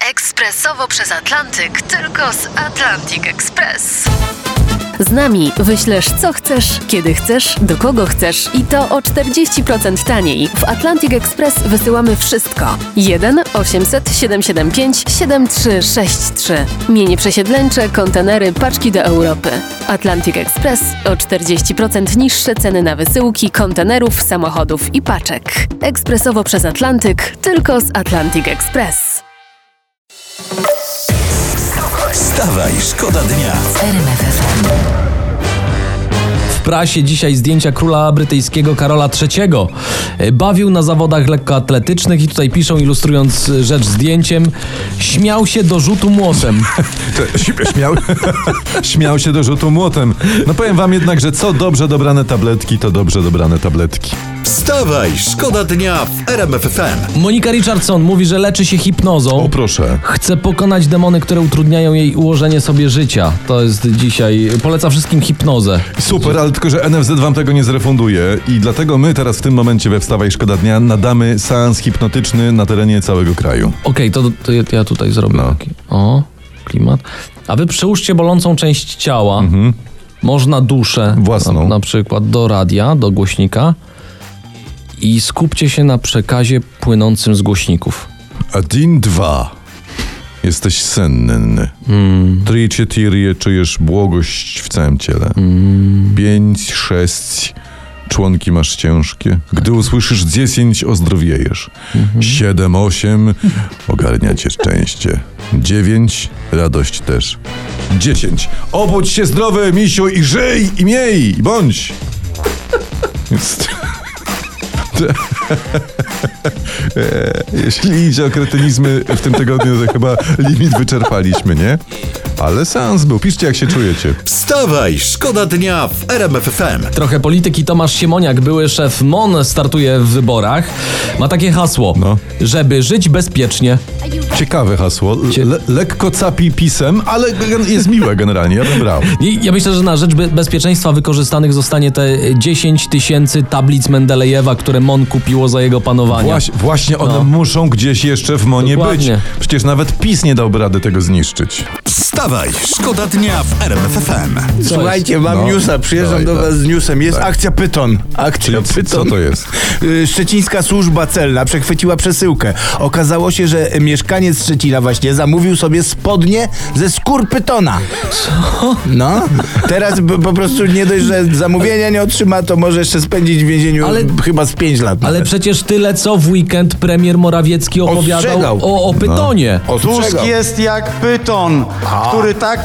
Ekspresowo przez Atlantyk, tylko z Atlantic Express. Z nami wyślesz co chcesz, kiedy chcesz, do kogo chcesz i to o 40% taniej. W Atlantic Express wysyłamy wszystko. 1 800 775 7363. Mienie przesiedleńcze, kontenery, paczki do Europy. Atlantic Express o 40% niższe ceny na wysyłki, kontenerów, samochodów i paczek. Ekspresowo przez Atlantyk, tylko z Atlantic Express. Wstawaj, szkoda dnia w RMF FM. W prasie dzisiaj zdjęcia króla brytyjskiego Karola III. Bawił na zawodach lekkoatletycznych i tutaj piszą, ilustrując rzecz zdjęciem, śmiał się do rzutu młotem. Śmiał się do rzutu młotem. No powiem wam jednak, że co dobrze dobrane tabletki, to dobrze dobrane tabletki. Wstawaj, szkoda dnia w RMF FM. Monika Richardson mówi, że leczy się hipnozą. O proszę. Chce pokonać demony, które utrudniają jej ułożenie sobie życia. To jest dzisiaj... Poleca wszystkim hipnozę. Super, ale tylko, że NFZ wam tego nie zrefunduje i dlatego my teraz w tym momencie we Wstawaj Szkoda Dnia nadamy seans hipnotyczny na terenie całego kraju. Okej, to ja tutaj zrobię taki. O, klimat. A wy przyłóżcie bolącą część ciała. Można duszę Własną. Na przykład do radia, do głośnika i skupcie się na przekazie płynącym z głośników. 1, 2. Jesteś senny. 3, 4. Czujesz błogość w całym ciele. 5, 6. Członki masz ciężkie. Gdy usłyszysz 10, ozdrowiejesz. 7, 8. Ogarnia cię szczęście. 9. Radość też. 10. Obudź się zdrowy, misiu, i żyj, i miej, i bądź. Jest... Jeśli idzie o kretynizmy w tym tygodniu, to chyba limit wyczerpaliśmy, nie? Ale seans był. Piszcie, jak się czujecie. Wstawaj, szkoda dnia w RMF FM. Trochę polityki. Tomasz Siemoniak, były szef MON, startuje w wyborach. Ma takie hasło, żeby żyć bezpiecznie. Ciekawe hasło. Lekko capi pisem, ale jest miłe generalnie. Ja bym brał. Ja myślę, że na rzecz bezpieczeństwa wykorzystanych zostanie te 10 000 tablic Mendelejewa, które MON kupiło za jego panowania. Właśnie one muszą gdzieś jeszcze w MONie Dokładnie. być. Przecież nawet PiS nie dałby rady tego zniszczyć. Wstawaj, szkoda dnia w RMF FM. Słuchajcie, mam newsa, przyjeżdżam do was z newsem. Jest akcja Pyton. Akcja Pyton. Co to jest? Szczecińska służba celna przechwyciła przesyłkę. Okazało się, że mieszkaniec Szczecina właśnie zamówił sobie spodnie ze skór pytona. Co? No. Teraz po prostu nie dość, że zamówienia nie otrzyma, to może jeszcze spędzić w więzieniu chyba z 5 lat. Ale przecież tyle co w weekend premier Morawiecki opowiadał o pytonie. Tusk jest jak pyton, który tak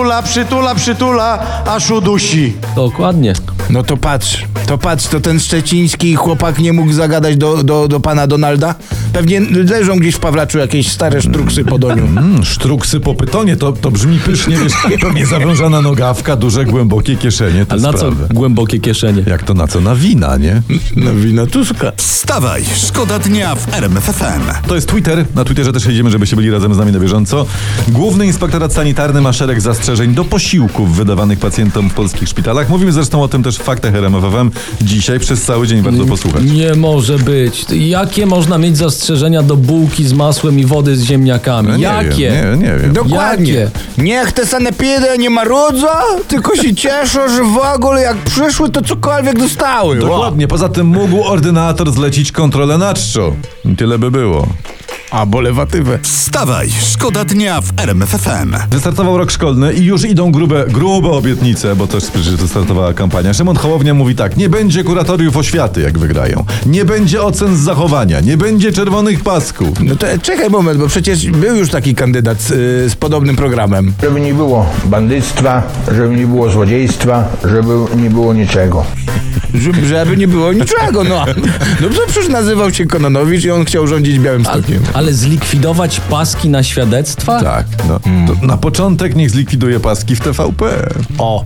przytula, aż udusi. Dokładnie. No to patrz, to ten szczeciński chłopak nie mógł zagadać do pana Donalda? Pewnie leżą gdzieś w Pawlaczu jakieś stare sztruksy po doniu. Sztruksy po pytonie, to brzmi pysznie, wiesz, pewnie zawiązana nogawka, duże, głębokie kieszenie. A na co głębokie kieszenie? Jak to na co? Na wina, nie? Na wina Tuska. Wstawaj, szkoda dnia w RMF FM. To jest Twitter. Na Twitterze też jedziemy, żebyście byli razem z nami na bieżąco. Główny Inspektorat Sanitarny ma szereg zastrzeżeń do posiłków wydawanych pacjentom w polskich szpitalach. Mówimy zresztą o tym też w Faktach RMF FM. Dzisiaj przez cały dzień warto posłuchać. Nie może być. Jakie można mieć zastrzeżenia do bułki z masłem i wody z ziemniakami? No Jakie? Nie wiem. Dokładnie. Jakie? Niech te sanepidy nie marudzą, tylko się cieszą, że w ogóle jak przyszły, to cokolwiek dostały. Dokładnie. Poza tym mógł ordynator zlecić kontrolę na czczo. Tyle by było. Albo lewatywę. Wstawaj, szkoda dnia w RMF FM. Wystartował rok szkolny i już idą grube obietnice, bo też przecież wystartowała kampania. Szymon Hołownia mówi tak: nie będzie kuratoriów oświaty, jak wygrają. Nie będzie ocen z zachowania, nie będzie czerwonych pasków. No to czekaj moment, bo przecież był już taki kandydat z podobnym programem. Żeby nie było bandyctwa, żeby nie było złodziejstwa, żeby nie było niczego. Żeby nie było niczego, no. No to przecież nazywał się Kononowicz i on chciał rządzić Białymstokiem. Ale zlikwidować paski na świadectwa? Tak, no. To na początek niech zlikwiduje paski w TVP. O.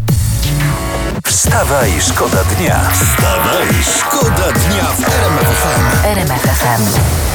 Wstawaj, szkoda dnia. Wstawaj, szkoda dnia w RMF FM. RMF FM.